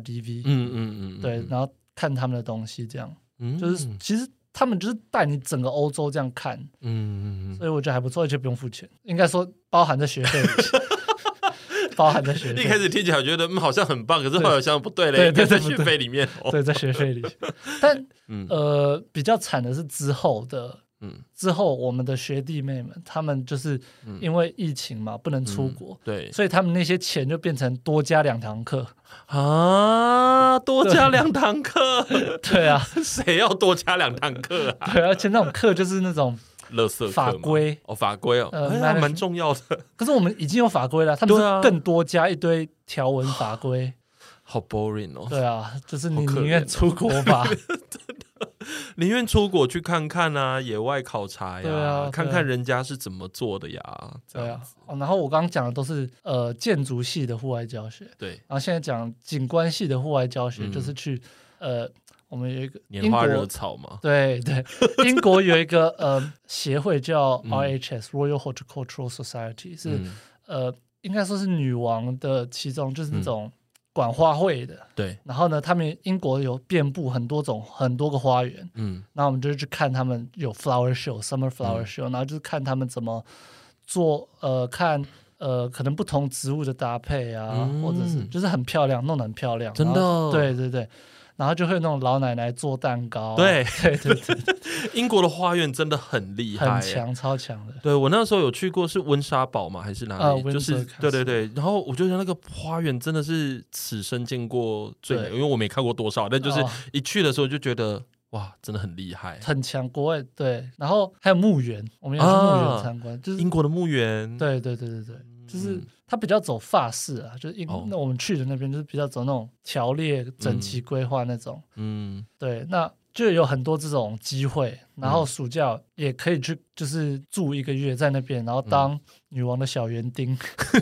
MVRDV。对，然后看他们的东西，这样，就是其实他们就是带你整个欧洲这样看。所以我觉得还不错，而且不用付钱，应该说包含在学费里。包含在学费。 一开始听起来觉得好像很棒，可是后来想不对嘞，对，在学费里面。 对，在学费里。但比较惨的是之后我们的学弟妹们，他们就是因为疫情嘛，不能出国，对，所以他们那些钱就变成多加2堂课啊，多加2堂课。 对啊， 谁要多加2堂课啊？ 对，而且那种课就是那种垃圾课法规法规还蛮重要的。 可是我们已经有法规了，他们是更多加一堆条文法规。 好 boring 哦。 对啊，就是你宁愿出国吧。 宁愿出国去看看啊，野外考察呀，看看人家是怎么做的呀。对啊。 然后我刚刚讲的都是建筑系的户外教学，对。然后现在讲景观系的户外教学，就是去我们有一个拈花惹草嘛。 对，英国有一个协会叫 RHS Royal Horticultural Society， 是应该说是女王的其中，就是那种管花卉的。对。然后呢，他们英国有遍布很多个花园。然后我们就去看他们有 flower show、summer flower show，然后就是看他们怎么做看可能不同植物的搭配啊，或者是就是很漂亮，弄得很漂亮。真的。对。然后就会有那种老奶奶做蛋糕。对。 英国的花园真的很厉害， 很强，超强的。 对，我那时候有去过，是温莎堡嘛还是哪里？就是对。然后我觉得那个花园真的是此生见过最美，因为我没看过多少，但就是一去的时候就觉得哇，真的很厉害， 很强。国外对，然后还有墓园，我们也去墓园参观，就是英国的墓园。对。 就是它比较走法式啊，就是那我们去的那边就是比较走那种条列整齐规划那种。对，那就有很多这种机会，然后暑假也可以去，就是住1个月在那边，然后当女王的小园丁。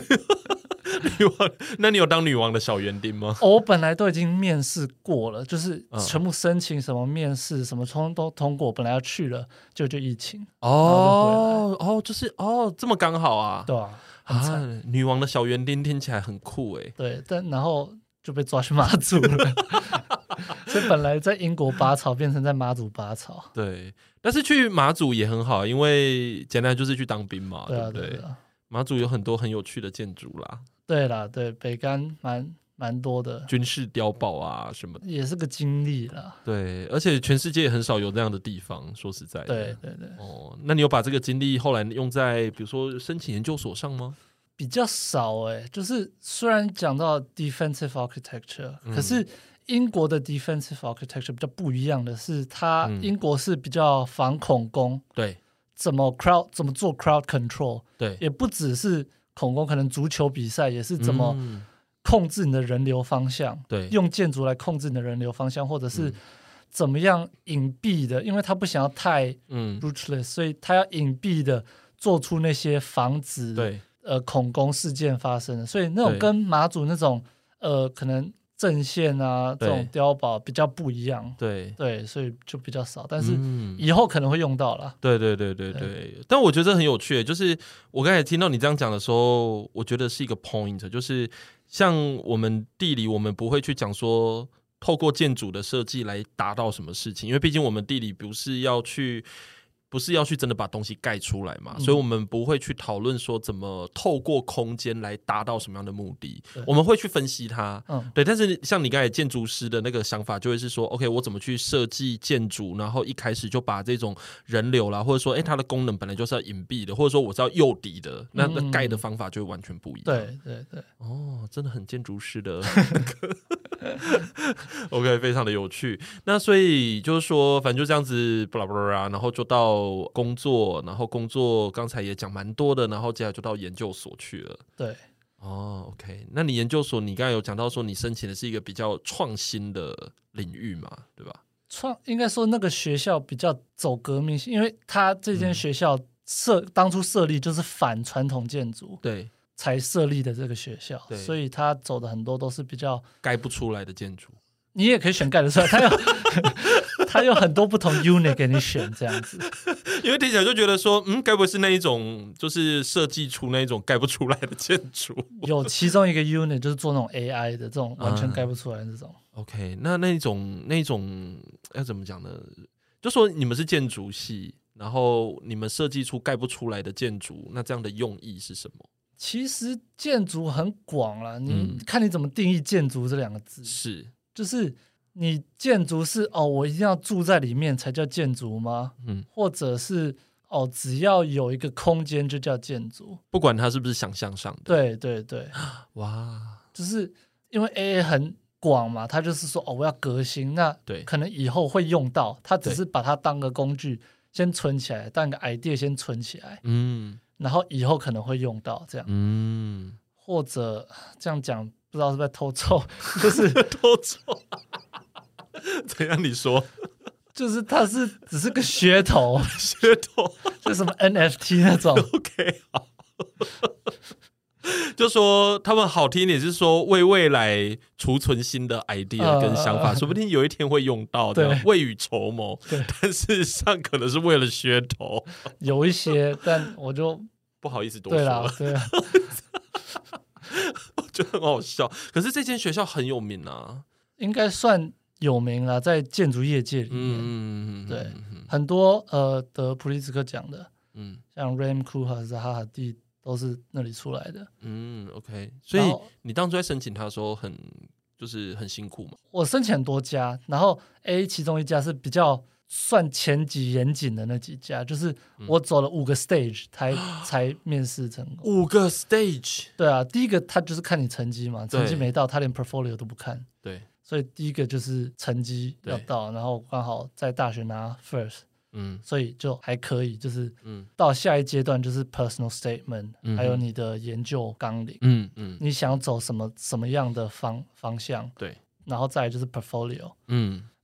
那你有当女王的小园丁吗？ 我本来都已经面试过了，就是全部申请什么面试什么都通过，本来要去了，就疫情。 就是这么刚好啊？ 对啊，很惨。 女王的小园丁听起来很酷哎。 对，然后就被抓去马祖了。所以本来在英国拔草，变成在马祖拔草。 对，但是去马祖也很好，因为简单就是去当兵嘛，对不对？马祖有很多很有趣的建筑啦。 对啦，对，北竿蛮多的军事碉堡啊什么的， 也是个经历啦。 对，而且全世界也很少有这样的地方，说实在的。 对。 那你有把这个经历后来用在比如说申请研究所上吗？ 比较少就是虽然讲到 defensive architecture，可是英国的 defensive architecture 比较不一样的是，它英国是比较反恐攻， 对， 怎么做 crowd control， 对， 也不只是恐攻，可能足球比赛也是怎么控制你的人流方向， 对， 用建筑来控制你的人流方向，或者是怎么样隐蔽的，因为他不想要太ruthless，所以他要隐蔽的做出那些防止恐攻事件发生的，所以那种跟马祖那种可能阵线啊这种碉堡比较不一样，对，所以就比较少，但是以后可能会用到啦。对。 但我觉得这很有趣，就是我刚才听到你这样讲的时候，我觉得是一个 point， 就是像我们地理，我们不会去讲说透过建筑的设计来达到什么事情，因为毕竟我们地理不是要去真的把东西盖出来嘛，所以我们不会去讨论说怎么透过空间来达到什么样的目的，我们会去分析它，对。但是像你刚才建筑师的那个想法，就会是说 OK， 我怎么去设计建筑，然后一开始就把这种人流啦，或者说它的功能本来就是要隐蔽的，或者说我是要诱敌的，那盖的方法就会完全不一样。 对。 真的很建筑师的OK， 非常的有趣。那所以就是说反正就这样子巴拉巴拉，然后就到工作，然后工作刚才也讲蛮多的，然后接下来就到研究所去了。 对。 OK， 那你研究所你刚才有讲到说你申请的是一个比较创新的领域嘛，对吧？ 应该说那个学校比较走革命性，因为他这间学校当初设立就是反传统建筑，对，才设立的这个学校，所以他走的很多都是比较盖不出来的建筑。 你也可以选盖得出来，它有很多不同 unit 给你选这样子。 因为听起来就觉得说，该不会是那一种就是设计出那一种盖不出来的建筑？ 有其中一个 unit 就是做那种 AI 的这种完全盖不出来的这种。 OK， 那一种要怎么讲呢？就说你们是建筑系，然后你们设计出盖不出来的建筑，那这样的用意是什么？ 其实建筑很广啦，你看你怎么定义建筑这两个字。 是。 就是你建筑是我一定要住在里面才叫建筑吗？或者是只要有一个空间就叫建筑， 不管它是不是想象上的。 对。哇，就是因为 AA 很广嘛，它就是说我要革新，那可能以后会用到，它只是把它当个工具先存起来，当个 idea 先存起来，然后以后可能会用到这样，或者这样讲。不知道是不是偷臭，就是偷臭，怎样你说？ 就是它只是个噱头，就什么 NFT 那种。 OK， 好，就说他们好听一点是说为未来储存新的 idea 跟想法，说不定有一天会用到的，未雨绸缪。但事实上可能是为了噱头， 有一些，但我就不好意思多说了。 对啦。 我觉得很好笑，可是这间学校很有名啊， 应该算有名啦，在建筑业界里面，对，很多得普利兹克奖的，像 Ram Koolhaas 和哈哈蒂都是那里出来的。 OK， 所以你当初在申请他的时候很辛苦嘛？我申请很多家，然后 A 其中一家是比较算前几严谨的那几家，就是我走了5个 stage 才面试成功。 5个 stage？ 对啊，第一个他就是看你成绩嘛，成绩没到他连 portfolio 都不看。 对， 所以第一个就是成绩要到，然后刚好在大学拿 first，所以就还可以，就是到下一阶段就是 personal statement，还有你的研究纲领，你想走什么样的方向？对，然后再来就是 portfolio，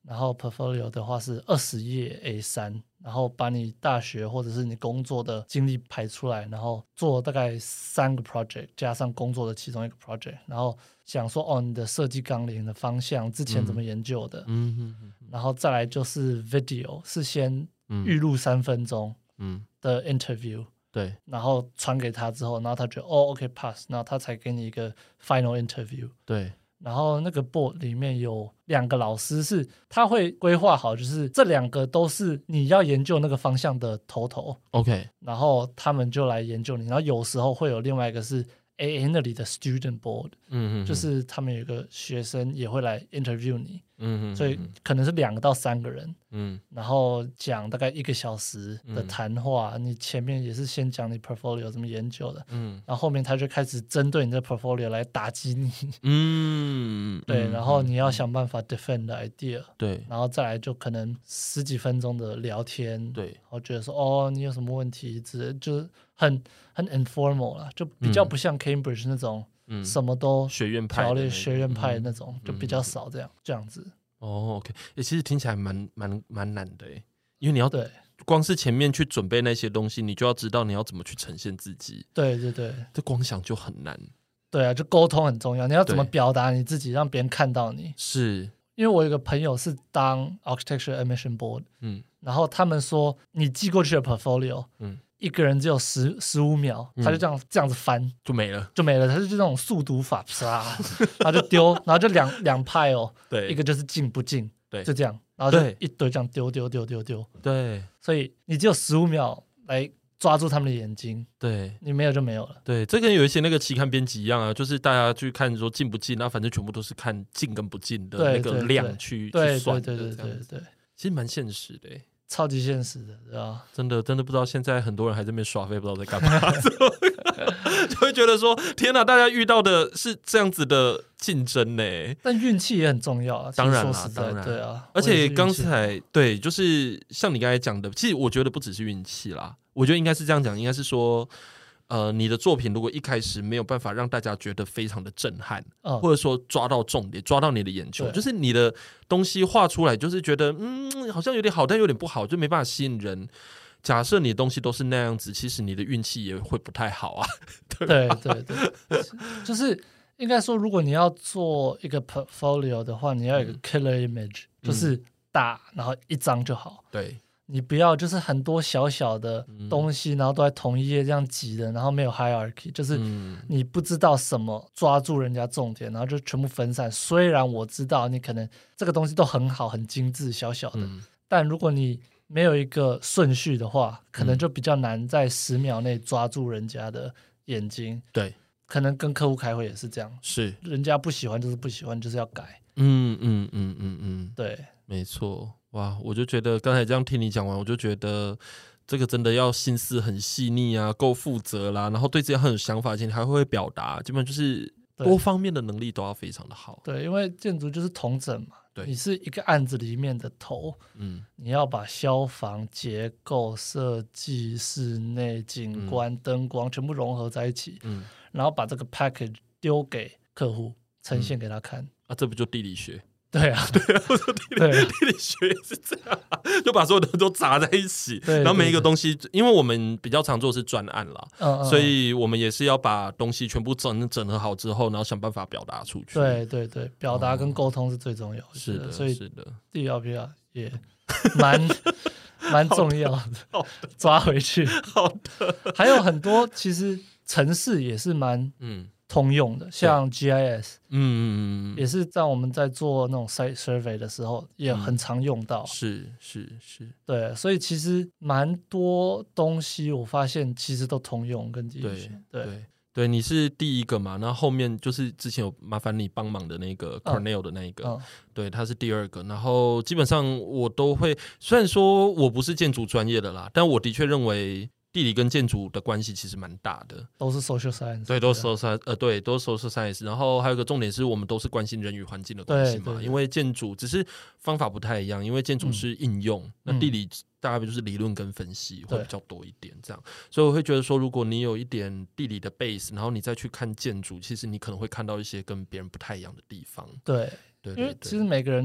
然后 portfolio 的话是20页 A3，然后把你大学或者是你工作的经历排出来，然后做大概3个 project 加上工作的其中一个 project， 然后想说你的设计纲领的方向之前怎么研究的，然后再来就是 video 是先预录3分钟的 interview， 对， 然后传给他之后，然后他觉得OK pass， 然后他才给你一个 final interview。 对， 然后那个 board 里面有2个老师是他会规划好，就是这2个都是你要研究那个方向的头 ，OK， 然后他们就来研究你，然后有时候会有另外一个是 AA 那里的 student board，就是他们有一个学生也会来 interview 你，所以可能是2个到3个人，然后讲大概1个小时的谈话，你前面也是先讲你 portfolio 怎么研究的，然后后面他就开始针对你的 portfolio 来打击你，对，然后你要想办法 defend the idea， 对， 然后再来就可能10几分钟的聊天， 对， 然后觉得说你有什么问题之类，就是很 informal 啦，就比较不像 Cambridge 那种什么都学院派条例学院派的那种，就比较少这样子。 OK，其实听起来蛮难的耶，因为你要对光是前面去准备那些东西，你就要知道你要怎么去呈现自己。 对对对， 这光想就很难。 对啊，就沟通很重要，你要怎么表达你自己，让别人看到你。 是， 因为我有个朋友是当 architecture admission board，然后他们说你寄过去的 portfolio，一个人只有15秒，他就这样子翻就没了， 他就这种速读法，然后就丢，然后就两派对， 一个就是进不进， 对， 就这样，然后就一堆这样丢， 对， 所以你只有15秒来抓住他们的眼睛， 对， 你没有就没有了。 对，这跟有一些那个期刊编辑一样啊，就是大家去看说进不进，那反正全部都是看进跟不进的那个量去算的，对，其实蛮现实的。 超级现实的，对吧？ 真的不知道现在很多人还在那边耍废，不知道在干嘛，就会觉得说天哪，大家遇到的是这样子的竞争呢。但运气也很重要啊， 当然啦，当然， 对啊。 而且刚才对，就是像你刚才讲的，其实我觉得不只是运气啦，我觉得应该是这样讲，应该是说。你的作品如果一开始没有办法让大家觉得非常的震撼，或者说抓到重点，抓到你的眼球，就是你的东西画出来，就是觉得好像有点好，但有点不好，就没办法吸引人。假设你的东西都是那样子，其实你的运气也会不太好啊。 对，就是应该说，如果你要做一个 portfolio 的话，你要有一个 killer image，就是大，然后一张就好。 对。 你不要就是很多小小的东西，然后都在同一页这样挤的，然后没有 hierarchy， 就是你不知道什么抓住人家重点，然后就全部分散。虽然我知道你可能这个东西都很好、很精致、小小的，但如果你没有一个顺序的话，可能就比较难在10秒内抓住人家的眼睛。 对， 可能跟客户开会也是这样， 是人家不喜欢就是不喜欢，就是要改。对， 没错。哇，我就觉得刚才这样听你讲完，我就觉得这个真的要心思很细腻啊，够负责啦，然后对自己很有想法，而且你还会表达，基本上就是多方面的能力都要非常的好。 对，因为建筑就是统整嘛， 对， 你是一个案子里面的头，你要把消防、结构、设计、室内景观、灯光全部融合在一起，然后把这个 package 丢给客户呈现给他看。 这不就地理学？ 对啊， 我说地理学也是这样，就把所有的都砸在一起，然后每一个东西，因为我们比较常做的是专案啦，所以我们也是要把东西全部整合好之后，然后想办法表达出去。 对，表达跟沟通是最重要的， 是的， 所以是的， 地理 LPR 也蛮重要的，抓回去。 好的， 还有很多其实程式也是蛮通用的，像 GIS， 也是在我们在做那种 site survey 的时候也很常用到。 是， 对，所以其实蛮多东西我发现其实都通用跟地理学。 对，你是第一个嘛，那后面就是之前有麻烦你帮忙的那个 Cornell 的那一个，对，他是第2个，然后基本上我都会，虽然说我不是建筑专业的啦，但我的确认为地理跟建筑的关系其实蛮大的， 都是 social science， 对，都是 social science， 然后还有一个重点是我们都是关心人与环境的关系嘛，因为建筑只是方法不太一样，因为建筑是应用，那地理大概就是理论跟分析会比较多一点这样，所以我会觉得说，如果你有一点地理的 base， 然后你再去看建筑，其实你可能会看到一些跟别人不太一样的地方。 对，因为其实每个人的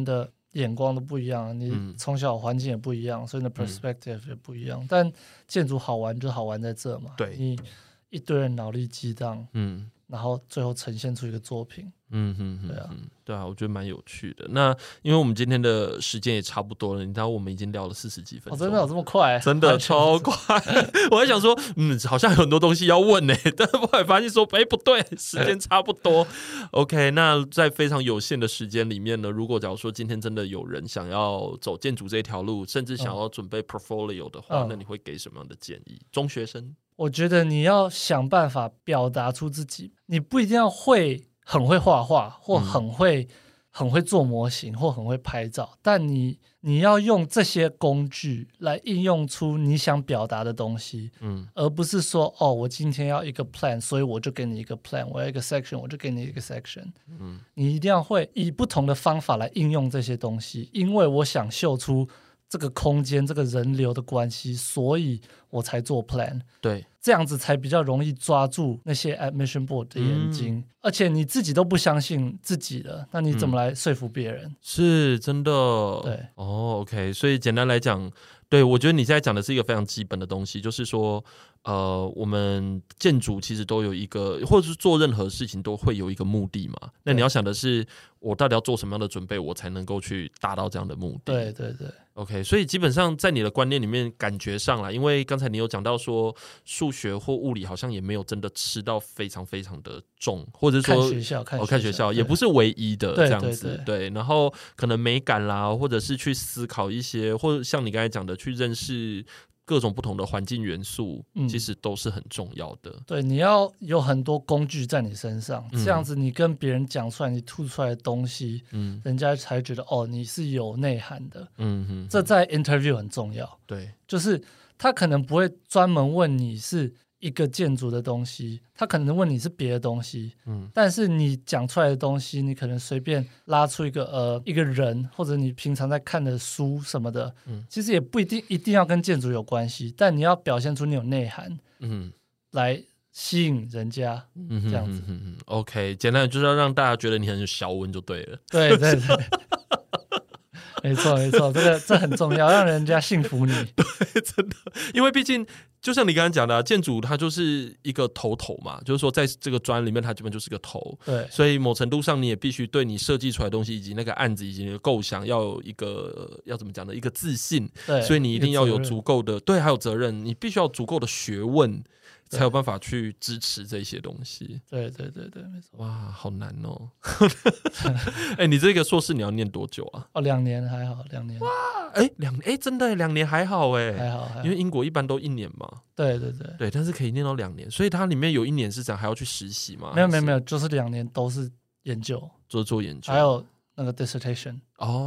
眼光都不一样，你从小环境也不一样，所以你的 perspective 也不一样。但建筑好玩就好玩在这嘛， 对， 你一堆人脑力激荡，然后最后呈现出一个作品。对啊， 我觉得蛮有趣的。那因为我们今天的时间也差不多了，你知道我们已经聊了40几分钟， 真的有这么快？ 真的超快！我还想说，好像有很多东西要问呢，但后来发现说，不对，时间差不多。OK， 那在非常有限的时间里面呢，如果假如说今天真的有人想要走建筑这条路，甚至想要准备 portfolio 的话，那你会给什么样的建议？中学生？ 我觉得你要想办法表达出自己，你不一定要很会画画，或很会做模型，或很会拍照，但你要用这些工具来应用出你想表达的东西，而不是说我今天要一个 plan， 所以我就给你一个 plan， 我要一个 section， 我就给你一个 section。你一定要会以不同的方法来应用这些东西，因为我想秀出这个空间这个人流的关系，所以我才做 plan。 对， 这样子才比较容易抓住那些 admission board 的眼睛，而且你自己都不相信自己了，那你怎么来说服别人？ 是真的。 对 ，OK， 所以简单来讲，对，我觉得你现在讲的是一个非常基本的东西，就是说我们建筑其实都有一个，或者是做任何事情都会有一个目的嘛。那你要想的是，我到底要做什么样的准备，我才能够去达到这样的目的？ 对对对。 OK， 所以基本上在你的观念里面，感觉上啦，因为刚才你有讲到说，数学或物理好像也没有真的吃到非常非常的重，或者说看学校也不是唯一的这样子。对，然后可能美感啦，或者是去思考一些，或者像你刚才讲的，去认识各种不同的环境元素，其实都是很重要的。对， 你要有很多工具在你身上，这样子你跟别人讲出来，你吐出来的东西，人家才觉得你是有内涵的。这在 interview 很重要。对，就是他可能不会专门问你是一个建筑的东西，他可能问你是别的东西，但是你讲出来的东西，你可能随便拉出一个人，或者你平常在看的书什么的，其实也不一定要跟建筑有关系，但你要表现出你有内涵，来吸引人家，这样子。 OK， 简单的就是要让大家觉得你很小温就对了。 对对对。没错没错，这很重要，让人家信服你。 对，真的，因为毕竟就像你刚刚讲的，建筑它就是一个头嘛，就是说在这个砖里面它基本就是个头。对，所以某程度上你也必须对你设计出来的东西以及那个案子以及你的构想要有一个要怎么讲呢，一个自信。对，所以你一定要有足够的对，还有责任，你必须要有足够的学问，才有办法去支持这些东西。对对对对，没错。哇，好难哦！你这个硕士你要念多久啊 ？2年还好，2年。 哇，真的2年还好还好， 因为英国一般都1年嘛。 对对对对， 但是可以念到2年，所以它里面有1年是这样，还要去实习吗？ 没有，就是2年都是研究， 做研究， 还有那个 dissertation。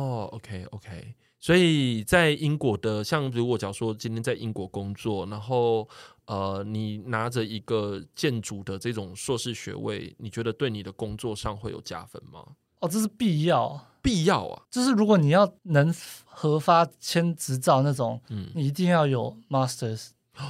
OK。所以在英国的，像如果假如说今天在英国工作，然后你拿着一个建筑的这种硕士学位，你觉得对你的工作上会有加分吗？ 这是必要啊！ 就是如果你要能核发签执照那种，你一定要有 masters。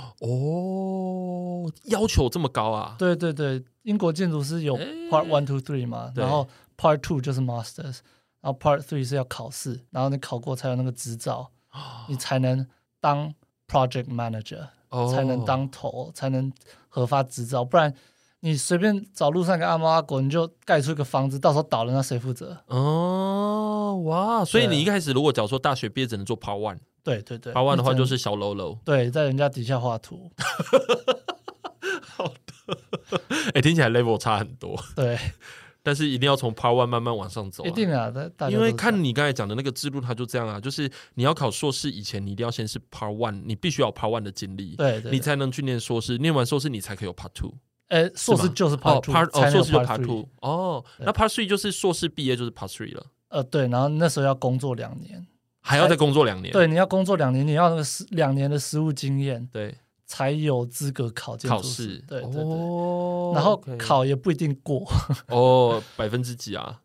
要求这么高啊？ 对对对，英国建筑师有 Part 1 to 3嘛，然后 Part 2就是 masters。然后 Part 3是要考试，然后你考过才有那个执照，你才能当 project manager，才能当头，才能核发执照。不然你随便找路上一个阿猫阿狗，你就盖出一个房子，到时候倒了那谁负责？ 哇！所以你一开始如果假如说大学毕业只能做 Part 1， 对对对 ，Part 1的话就是小喽啰， 对，在人家底下画图。 好的，听起来 level 差很多。对。但是一定要从 Part 1慢慢往上走， 一定啊！ 因为看你刚才讲的那个制度，它就这样啊，就是你要考硕士以前，你一定要先是 Part 1，你必须要有 Part 1的经历，对，你才能去念硕士，念完硕士你才可以有 Part 2。 硕士就是 Part 2， 硕士就 Part 2。那 Part 3就是硕士毕业就是 Part 3了。 对，然后那时候要工作2年， 还要再工作2年。 对，你要工作2年，你要那个2年的实务经验。 对。 才有资格考建筑师，对对对，然后 okay 考也不一定过 %几啊 ？%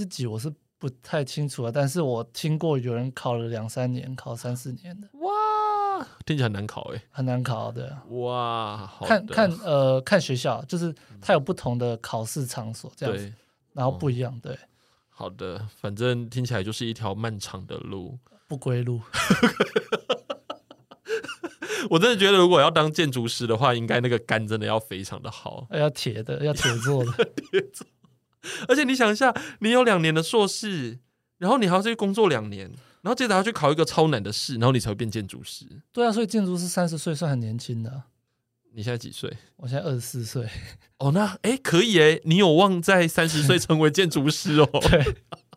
几我是不太清楚了，但是我听过有人考了2-3年，考3-4年的， 哇，听起来很难考很难考的， 哇， 看学校，就是它有不同的考试场所这样子，然后不一样，对。 好的，反正听起来就是一条漫长的路， 不归路。 我真的觉得，如果要当建筑师的话，应该那个肝真的要非常的好， 要铁的，要铁做的。 铁做。而且你想一下，你有2年的硕士，然后你还要去工作2年，然后接着还要去考一个超难的试，然后你才会变建筑师。 对啊，所以建筑师30岁算很年轻的。 你现在几岁？ 我现在24岁。 哦，那可以你有望在30岁成为建筑师哦。 对。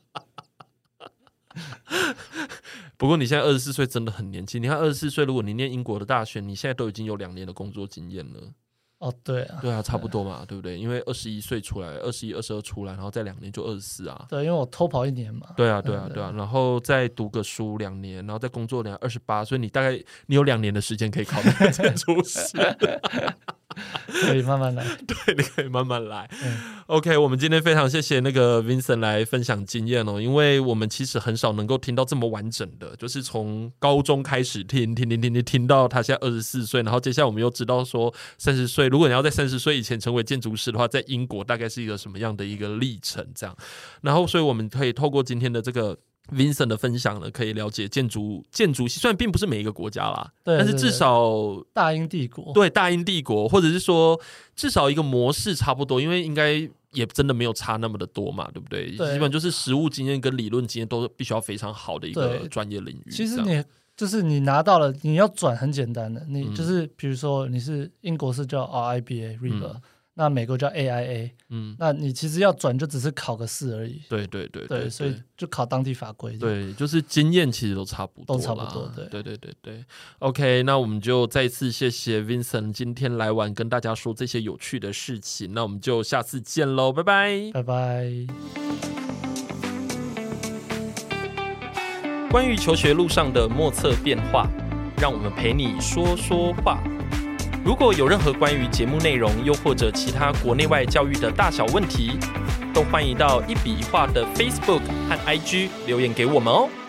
不过你现在24岁真的很年轻。你看24岁，如果你念英国的大学，你现在都已经有2年的工作经验了。 哦，对啊， 对啊，差不多嘛，对不对？因为21岁出来，21、22出来，然后再2年就24啊。 对，因为我偷跑1年嘛。 对啊，然后再读个书2年，然后再工作2年，28，所以你有2年的时间可以考那个建筑师。 可以慢慢来。 对，你可以慢慢来。OK， 我们今天非常谢谢那个 Vincent 来分享经验哦，因为我们其实很少能够听到这么完整的，就是从高中开始听到他现在24岁，然后接下来我们又知道说30岁，如果你要在30岁以前成为建筑师的话，在英国大概是一个什么样的一个历程这样。然后所以我们可以透过今天的这个Vincent 的分享呢，可以了解建筑系，虽然并不是每一个国家啦， 对， 但是至少大英帝国， 对，大英帝国，或者是说至少一个模式差不多，因为应该也真的没有差那么的多嘛，对不对？基本就是实务经验跟理论经验都必须要非常好的一个专业领域。 其实你拿到了，你要转很简单的，你就是比如说你是英国是叫 RIBA River。那美国叫 AIA， 那你其实要转就只是考个试而已。对，所以就考当地法规。 对，就是经验其实都差不多，对。OK， 那我们就再次谢谢 Vincent 今天来玩，跟大家说这些有趣的事情。那我们就下次见喽，拜拜， 拜拜。 关于求学路上的莫测变化，让我们陪你说说话。如果有任何关于节目内容，又或者其他国内外教育的大小问题，都欢迎到一笔一画的 Facebook 和 IG 留言给我们哦。